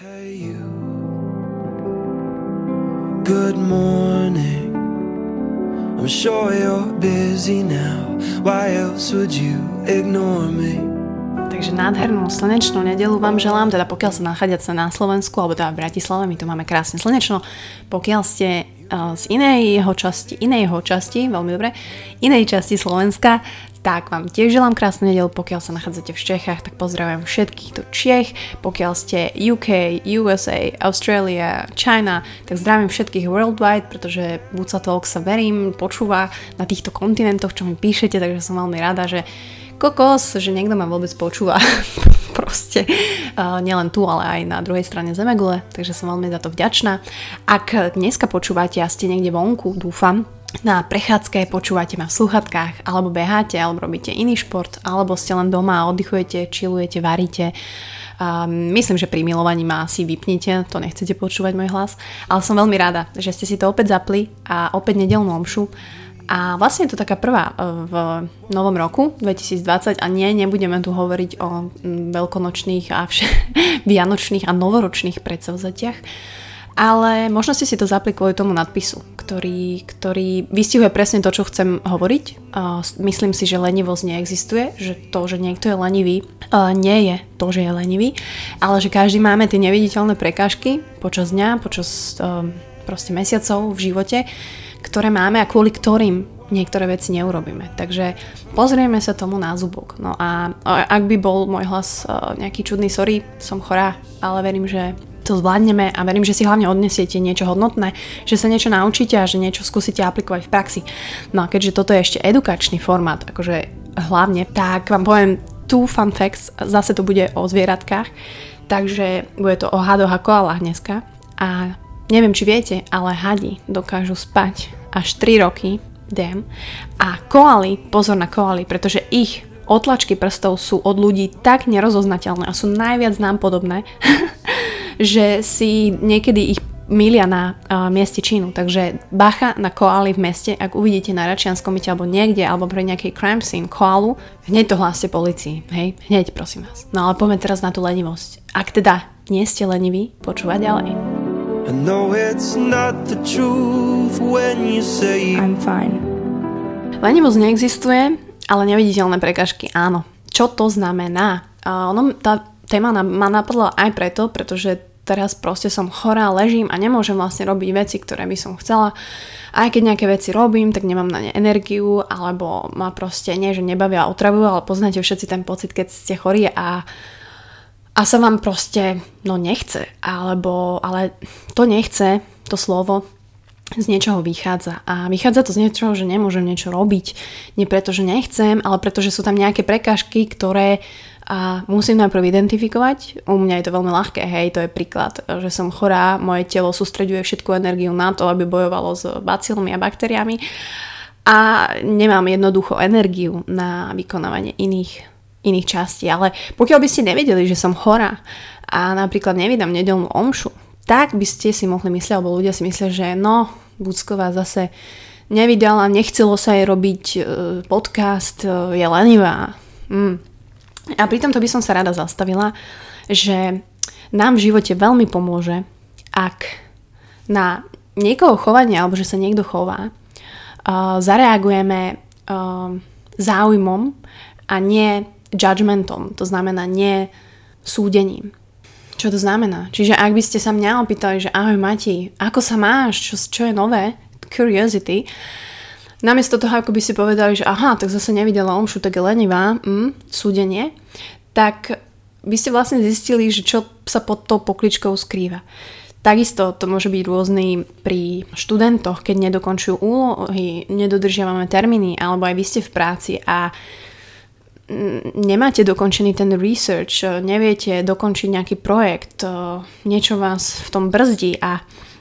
Hey you, good morning. I'm sure you're busy now. Why else would you ignore me? Takže nádhernú slnečnú nedeľu vám želám, teda pokiaľ sa nachádzate na Slovensku, alebo teda v Bratislave, my tu máme krásne slenečno. Pokiaľ ste z inej časti, veľmi dobre, inej časti Slovenska, tak vám tiež želám krásnu nedeľu. Pokiaľ sa nachádzate v Čechách, tak pozdravujem všetkých tu Čech. Pokiaľ ste UK, USA, Australia, China, tak zdravím všetkých worldwide, pretože Buca Talk sa verím, počúva na týchto kontinentoch, čo mi píšete, takže som veľmi rada, že kokos, že niekto ma vôbec počúva. Proste nielen tu, ale aj na druhej strane zemegule, takže som veľmi za to vďačná. Ak dneska počúvate a ste niekde vonku, dúfam, na prechádzke, počúvate ma v slúchadkách, alebo beháte, alebo robíte iný šport, alebo ste len doma a oddychujete, chillujete, varíte. Myslím, že pri milovaní ma asi vypnite, to nechcete počúvať môj hlas, ale som veľmi rada, že ste si to opäť zapli a opäť nedeľnú omšu. A vlastne je to taká prvá v novom roku 2020 a nebudeme tu hovoriť o veľkonočných a vianočných a novoročných predsavzatiach, ale možno ste si to zapli kvôli tomu nadpisu, ktorý vystihuje presne to, čo chcem hovoriť. Myslím si, že lenivosť neexistuje, že to, že niekto je lenivý, nie je to, že je lenivý, ale že každý máme tie neviditeľné prekážky počas dňa, počas proste mesiacov v živote, ktoré máme a kvôli ktorým niektoré veci neurobíme. Takže pozrieme sa tomu na zubok. No a ak by bol môj hlas nejaký čudný, sorry, som chorá, ale verím, že to zvládneme a verím, že si hlavne odnesiete niečo hodnotné, že sa niečo naučíte a že niečo skúsite aplikovať v praxi. No a keďže toto je ešte edukačný formát, akože hlavne, tak vám poviem two fun facts, zase to bude o zvieratkách, takže bude to o hadoch a koalách dneska. A neviem, či viete, ale hadi dokážu spať až 3 roky, damn. A koaly, pozor na koaly, pretože ich otlačky prstov sú od ľudí tak nerozoznateľné a sú najviac nám podobné, že si niekedy ich milia na mieste činu. Takže bacha na koaly v meste, ak uvidíte na Račianskom byte alebo niekde, alebo pre nejakej crime scene koalu, hneď to hláste policii, hej? Hneď, prosím vás. No ale poďme teraz na tú lenivosť. Ak teda nie ste leniví, počúvať ďalej. I know it's not the truth when you say I'm fine. Lenivosť neexistuje, ale neviditeľné prekažky áno. Čo to znamená? Tá téma ma napadla aj preto, pretože teraz proste som chorá, ležím a nemôžem vlastne robiť veci, ktoré by som chcela. Aj keď nejaké veci robím, tak nemám na ne energiu, alebo ma proste nie, že nebavia a otravujú, ale poznáte všetci ten pocit, keď ste chorí a sa vám proste, nechce, ale to nechce, to slovo z niečoho vychádza. A vychádza to z niečoho, že nemôžem niečo robiť. Nie preto, že nechcem, ale preto, že sú tam nejaké prekážky, ktoré musím najprv identifikovať. U mňa je to veľmi ľahké, hej, to je príklad, že som chorá, moje telo sústreďuje všetku energiu na to, aby bojovalo s bacilmi a baktériami a nemám jednoducho energiu na vykonávanie iných častí, ale pokiaľ by ste nevedeli, že som chorá a napríklad nevydám nedeľnú omšu, tak by ste si mohli myslieť, alebo ľudia si myslia, že Bucková zase nevydala, nechcelo sa jej robiť podcast, je lenivá. A pri tomto by som sa rada zastavila, že nám v živote veľmi pomôže, ak na niekoho chovanie, alebo že sa niekto chová, zareagujeme záujmom a nie judgmentom, to znamená nie súdením. Čo to znamená? Čiže ak by ste sa mňa opýtali, že ahoj Mati, ako sa máš, čo je nové, curiosity, namiesto toho, ako by si povedali, že aha, tak zase nevidela omšu, tak je lenivá, súdenie, tak by ste vlastne zistili, že čo sa pod tou pokličkou skrýva. Takisto to môže byť rôzny pri študentoch, keď nedokončujú úlohy, nedodržiavame termíny, alebo aj vy ste v práci a nemáte dokončený ten research, neviete dokončiť nejaký projekt, niečo vás v tom brzdí a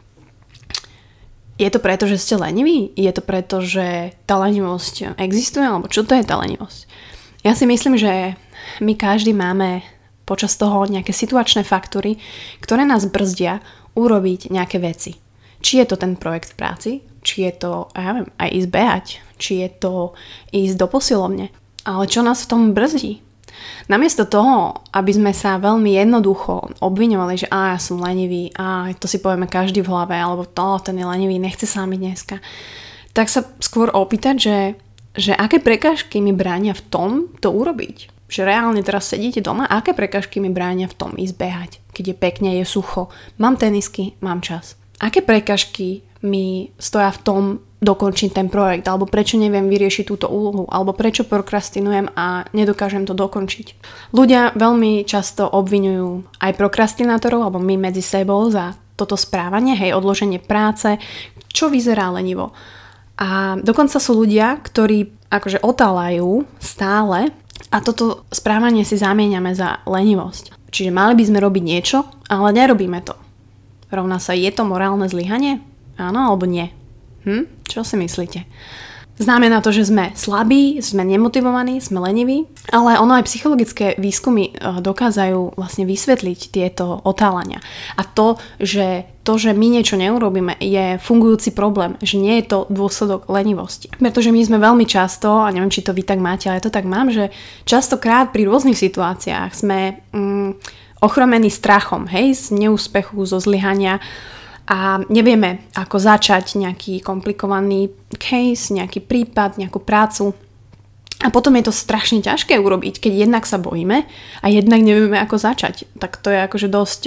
je to preto, že ste leniví? Je to preto, že tá lenivosť existuje? Alebo čo to je tá lenivosť? Ja si myslím, že my každý máme počas toho nejaké situačné faktory, ktoré nás brzdia urobiť nejaké veci. Či je to ten projekt v práci, či je to, aj ísť behať, či je to ísť do posilovne. Ale čo nás v tom brzdí? Namiesto toho, aby sme sa veľmi jednoducho obviňovali, že ja som lenivý, to si povieme každý v hlave, alebo ten je lenivý, nechce sa mi dneska, tak sa skôr opýtať, že aké prekážky mi bránia v tom to urobiť. Že reálne teraz sedíte doma, aké prekážky mi bránia v tom ísť behať, keď je pekne, je sucho, mám tenisky, mám čas. Aké prekážky mi stoja v tom dokončiť ten projekt, alebo prečo neviem vyriešiť túto úlohu, alebo prečo prokrastinujem a nedokážem to dokončiť. Ľudia veľmi často obviňujú aj prokrastinátorov, alebo my medzi sebou za toto správanie, odloženie práce, čo vyzerá lenivo. A dokonca sú ľudia, ktorí akože otáľajú stále a toto správanie si zamieňame za lenivosť. Čiže mali by sme robiť niečo, ale nerobíme to. Rovná sa, je to morálne zlyhanie? Áno alebo nie? Čo si myslíte? Znamená to, že sme slabí, sme nemotivovaní, sme leniví, ale ono aj psychologické výskumy dokázajú vlastne vysvetliť tieto otáľania. A to, že my niečo neurobíme, je fungujúci problém, že nie je to dôsledok lenivosti. Pretože my sme veľmi často, a neviem, či to vy tak máte, ale to tak mám, že častokrát pri rôznych situáciách sme ochromení strachom, z neúspechu, zo zlyhania, a nevieme, ako začať nejaký komplikovaný case, nejaký prípad, nejakú prácu. A potom je to strašne ťažké urobiť, keď jednak sa bojíme a jednak nevieme, ako začať. Tak to je akože dosť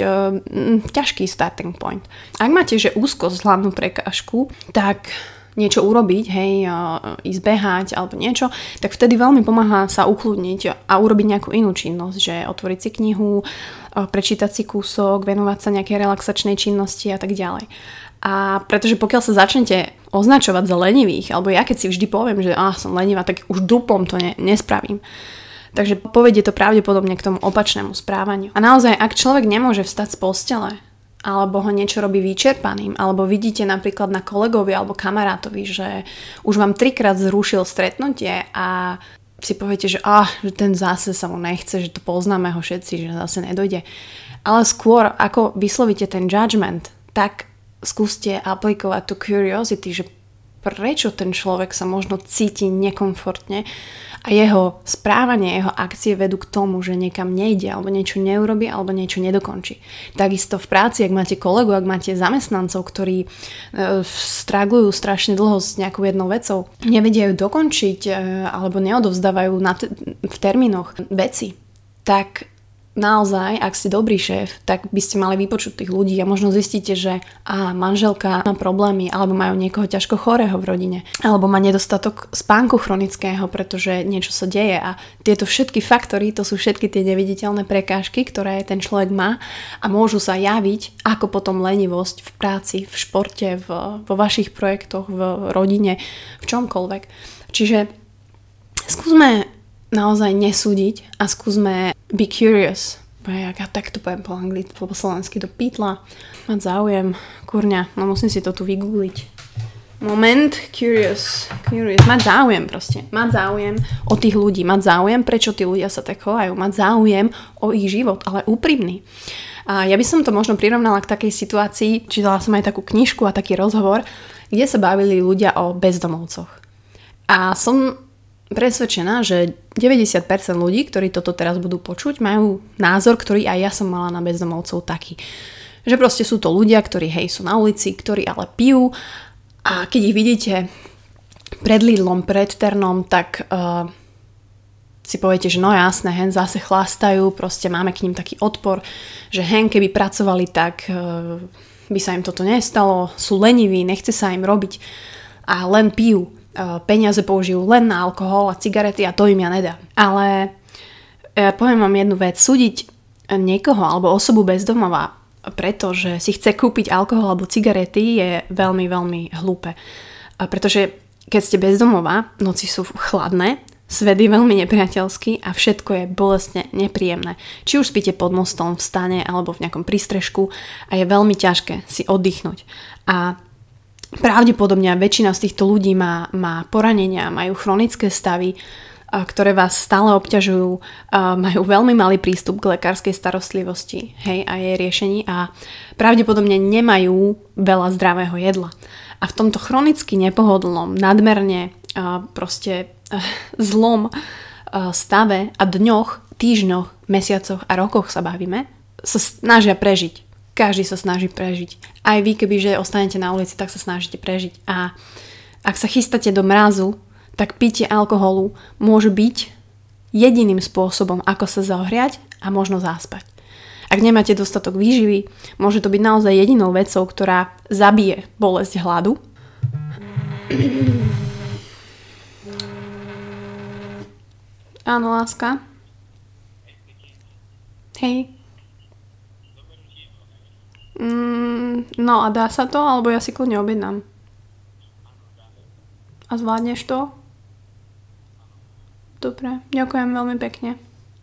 ťažký starting point. Ak máte, že úzkosť, hlavnú prekážku, tak niečo urobiť, ísť behať alebo niečo, tak vtedy veľmi pomáha sa ukludniť a urobiť nejakú inú činnosť, že otvoriť si knihu, prečítať si kúsok, venovať sa nejakej relaxačnej činnosti a tak ďalej. A pretože pokiaľ sa začnete označovať za lenivých, alebo ja keď si vždy poviem, že som lenivá, tak už duplom to nespravím. Takže povedie to pravdepodobne k tomu opačnému správaniu. A naozaj, ak človek nemôže vstať z postele, alebo ho niečo robí vyčerpaným, alebo vidíte napríklad na kolegovi alebo kamarátovi, že už vám 3-krát zrušil stretnutie a si poviete, že ten zase sa mu nechce, že to poznáme ho všetci, že zase nedojde. Ale skôr, ako vyslovíte ten judgment, tak skúste aplikovať tú curiosity, že prečo ten človek sa možno cíti nekomfortne a jeho správanie, jeho akcie vedú k tomu, že niekam nejde, alebo niečo neurobí, alebo niečo nedokončí. Takisto v práci, ak máte kolegu, ak máte zamestnancov, ktorí straglujú strašne dlho s nejakou jednou vecou, nevedia ju dokončiť, alebo neodovzdávajú v termínoch veci, tak naozaj, ak ste dobrý šéf, tak by ste mali vypočuť tých ľudí a možno zistíte, že manželka má problémy, alebo majú niekoho ťažko chorého v rodine, alebo má nedostatok spánku chronického, pretože niečo sa deje a tieto všetky faktory, to sú všetky tie neviditeľné prekážky, ktoré ten človek má a môžu sa javiť ako potom lenivosť v práci, v športe, vo vašich projektoch, v rodine, v čomkoľvek. Čiže skúsme naozaj nesúdiť a skúsme be curious. Ja tak to poviem po anglicky, po slovensky do pýtla. Mať záujem. Kurňa, no musím si to tu vygoogliť. Moment, curious. Mať záujem proste. Mať záujem o tých ľudí. Mať záujem, prečo tí ľudia sa tak chovajú. Mať záujem o ich život, ale úprimný. A ja by som to možno prirovnala k takej situácii, čítala som aj takú knižku a taký rozhovor, kde sa bavili ľudia o bezdomovcoch. A som presvedčená, že 90% ľudí, ktorí toto teraz budú počuť, majú názor, ktorý aj ja som mala na bezdomovcov taký. Že proste sú to ľudia, ktorí sú na ulici, ktorí ale pijú a keď ich vidíte pred Lidlom, pred Ternom, tak si poviete, že no jasné, zase chlastajú, proste máme k ním taký odpor, že keby pracovali, tak by sa im toto nestalo, sú leniví, nechce sa im robiť a len pijú. Peniaze použijú len na alkohol a cigarety a to im ja nedám. Ale poviem vám jednu vec. Súdiť niekoho alebo osobu bezdomova, pretože si chce kúpiť alkohol alebo cigarety, je veľmi, veľmi hlúpe. Pretože keď ste bezdomová, noci sú chladné, svet je veľmi nepriateľský a všetko je bolestne nepríjemné. Či už spíte pod mostom, v stane alebo v nejakom prístrežku a je veľmi ťažké si oddychnúť. A pravdepodobne väčšina z týchto ľudí má poranenia, majú chronické stavy, ktoré vás stále obťažujú, majú veľmi malý prístup k lekárskej starostlivosti a jej riešení a pravdepodobne nemajú veľa zdravého jedla. A v tomto chronicky nepohodlnom, nadmerne zlom stave a dňoch týždňoch, mesiacoch a rokoch sa bavíme, sa snažia prežiť. Každý sa snaží prežiť. Aj vy, kebyže ostanete na ulici, tak sa snažíte prežiť. A ak sa chystáte do mrazu, tak pitie alkoholu môže byť jediným spôsobom, ako sa zohriať a možno zaspať. Ak nemáte dostatok výživy, môže to byť naozaj jedinou vecou, ktorá zabije bolesť hladu. Áno, láska. Hej. No a dá sa to, alebo ja si kľudne objednám. A zvládneš to? Dobre, ďakujem veľmi pekne.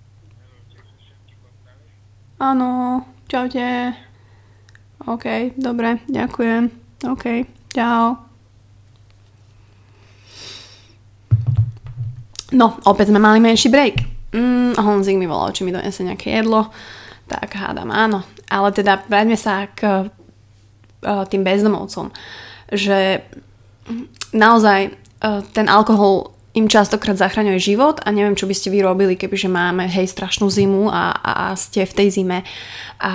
Áno, čaute. OK, dobre, ďakujem. OK, čau. No, opäť sme mali menší break. Honzik mi volal, či mi donese nejaké jedlo. Tak hádam, áno. Ale teda vráťme sa k tým bezdomovcom. Že naozaj ten alkohol im častokrát zachraňuje život a neviem, čo by ste vy robili, kebyže máme strašnú zimu a ste v tej zime. A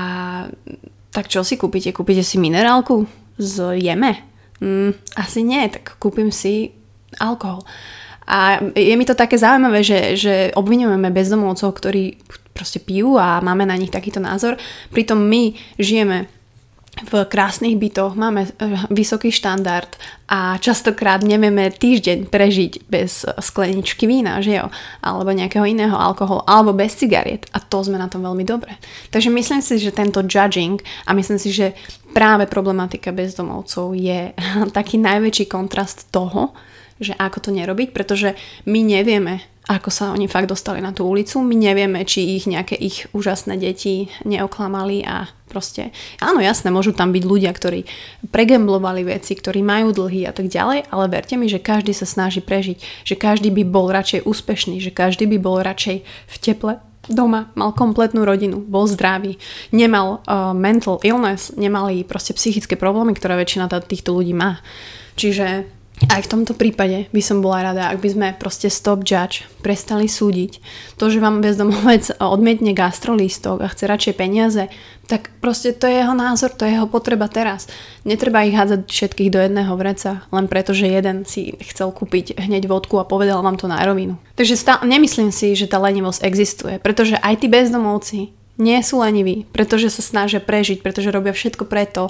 tak čo si kúpite? Kúpite si minerálku z Jeme? Asi nie, tak kúpim si alkohol. A je mi to také zaujímavé, že obviňujeme bezdomovcov, ktorí proste pijú a máme na nich takýto názor. Pritom my žijeme v krásnych bytoch, máme vysoký štandard a častokrát nevieme týždeň prežiť bez skleničky vína, že jo? Alebo nejakého iného alkoholu, alebo bez cigariet. A to sme na tom veľmi dobre. Takže myslím si, že tento judging a myslím si, že práve problematika bezdomovcov je taký najväčší kontrast toho, že ako to nerobiť, pretože my nevieme, ako sa oni fakt dostali na tú ulicu, my nevieme, či ich nejaké ich úžasné deti neoklamali a proste, áno jasné, môžu tam byť ľudia, ktorí pregamblovali veci, ktorí majú dlhy a tak ďalej, ale verte mi, že každý sa snaží prežiť, že každý by bol radšej úspešný, že každý by bol radšej v teple doma, mal kompletnú rodinu, bol zdravý, nemal mental illness, nemali proste psychické problémy, ktoré väčšina týchto ľudí má. Čiže aj v tomto prípade by som bola rada, ak by sme proste stop judge, prestali súdiť. To, že vám bezdomovec odmietne gastrolístok a chce radšej peniaze, tak proste to je jeho názor, to je jeho potreba teraz. Netreba ich hádzať všetkých do jedného vreca, len preto, že jeden si chcel kúpiť hneď vodku a povedal vám to na rovinu. Takže nemyslím si, že tá lenivosť existuje, pretože aj tí bezdomovci nie sú leniví, pretože sa snažia prežiť, pretože robia všetko preto,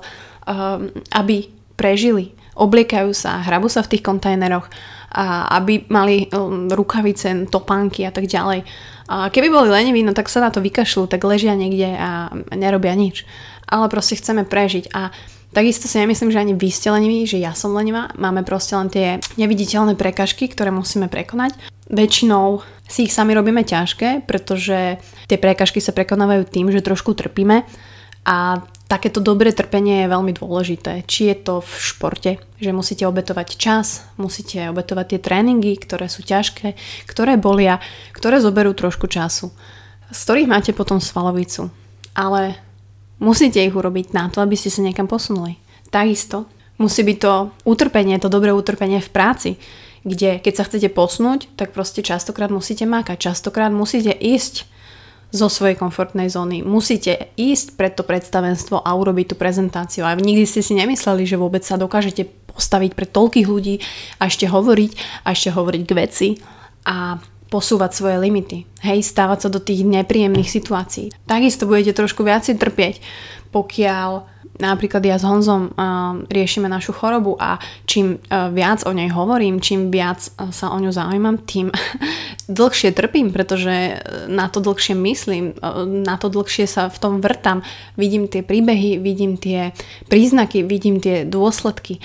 aby prežili. Obliekajú sa, hrabú sa v tých kontajneroch, aby mali rukavice, topánky a tak ďalej. A keby boli leniví, no tak sa na to vykašľú, tak ležia niekde a nerobia nič. Ale proste chceme prežiť. A takisto si nemyslím, že ani vy ste leniví, že ja som lenivá. Máme proste len tie neviditeľné prekažky, ktoré musíme prekonať. Väčšinou si ich sami robíme ťažké, pretože tie prekažky sa prekonávajú tým, že trošku trpíme. A takéto dobré trpenie je veľmi dôležité. Či je to v športe, že musíte obetovať čas, musíte obetovať tie tréningy, ktoré sú ťažké, ktoré bolia, ktoré zoberú trošku času, z ktorých máte potom svalovicu. Ale musíte ich urobiť na to, aby ste sa niekam posunuli. Takisto musí byť to utrpenie, to dobré utrpenie v práci, kde keď sa chcete posunúť, tak proste častokrát musíte makať, častokrát musíte ísť zo svojej komfortnej zóny. Musíte ísť pred to predstavenstvo a urobiť tú prezentáciu. A nikdy ste si nemysleli, že vôbec sa dokážete postaviť pred toľkých ľudí a ešte hovoriť k veci a posúvať svoje limity. Hej, stávať sa do tých nepríjemných situácií. Takisto budete trošku viacej trpieť, pokiaľ napríklad ja s Honzom riešime našu chorobu a čím viac o nej hovorím, čím viac sa o ňu zaujímam, tým dlhšie trpím, pretože na to dlhšie myslím, na to dlhšie sa v tom vrtam. Vidím tie príbehy, vidím tie príznaky, vidím tie dôsledky.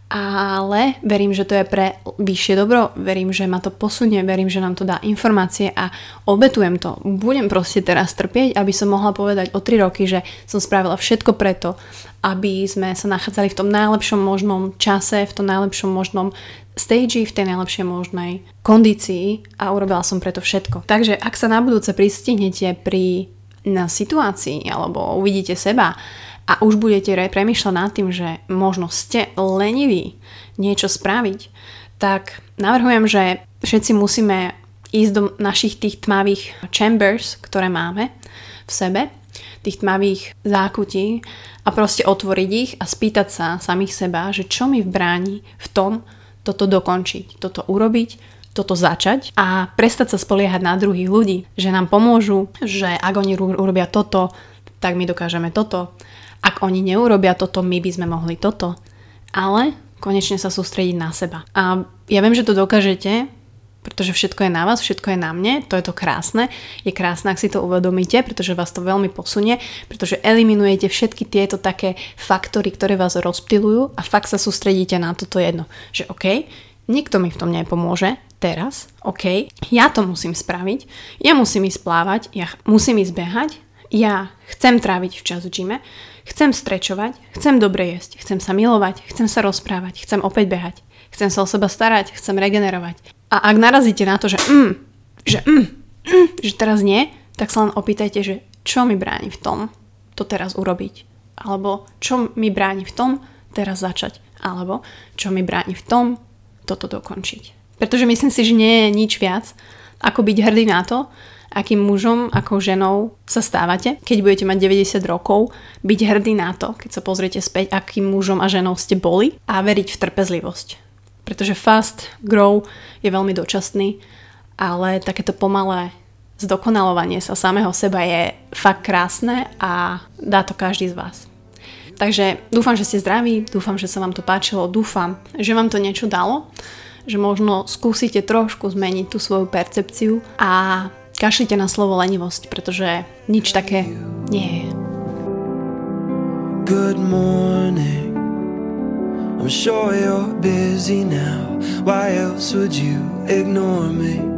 Ale verím, že to je pre vyššie dobro, verím, že ma to posunie, verím, že nám to dá informácie a obetujem to. Budem proste teraz trpieť, aby som mohla povedať o 3 roky, že som spravila všetko preto, aby sme sa nachádzali v tom najlepšom možnom čase, v tom najlepšom možnom stage, v tej najlepšej možnej kondícii a urobila som preto všetko. Takže ak sa na budúce pristihnete na situácii alebo uvidíte seba a už budete premýšľať nad tým, že možno ste leniví niečo spraviť, tak navrhujem, že všetci musíme ísť do našich tých tmavých chambers, ktoré máme v sebe, tých tmavých zákutí a proste otvoriť ich a spýtať sa samých seba, že čo mi bráni v tom toto dokončiť, toto urobiť, toto začať a prestať sa spoliehať na druhých ľudí, že nám pomôžu, že ak oni urobia toto, tak my dokážeme toto. Ak oni neurobia toto, my by sme mohli toto. Ale konečne sa sústrediť na seba. A ja viem, že to dokážete, pretože všetko je na vás, všetko je na mne, to je to krásne. Je krásne, ak si to uvedomíte, pretože vás to veľmi posunie, pretože eliminujete všetky tieto také faktory, ktoré vás rozptylujú a fakt sa sústredíte na toto jedno. Že OK, nikto mi v tom nepomôže teraz, OK, ja to musím spraviť, ja musím ísť plávať, ja musím ísť behať, ja chcem tráviť čas v gyme, chcem strečovať, chcem dobre jesť, chcem sa milovať, chcem sa rozprávať, chcem opäť behať, chcem sa o seba starať, chcem regenerovať. A ak narazíte na to, že teraz nie, tak sa len opýtajte, že čo mi bráni v tom to teraz urobiť. Alebo čo mi bráni v tom teraz začať. Alebo čo mi bráni v tom toto dokončiť. Pretože myslím si, že nie je nič viac, ako byť hrdý na to, akým mužom, akou ženou sa stávate, keď budete mať 90 rokov, byť hrdý na to, keď sa pozriete späť, akým mužom a ženou ste boli a veriť v trpezlivosť. Pretože fast grow je veľmi dočasný, ale takéto pomalé zdokonalovanie sa samého seba je fakt krásne a dá to každý z vás. Takže dúfam, že ste zdraví, dúfam, že sa vám to páčilo, dúfam, že vám to niečo dalo, že možno skúsite trošku zmeniť tú svoju percepciu a kašlite na slovo lenivosť, pretože nič také nie je. Good morning. I'm sure you're busy now. Why else would you ignore me?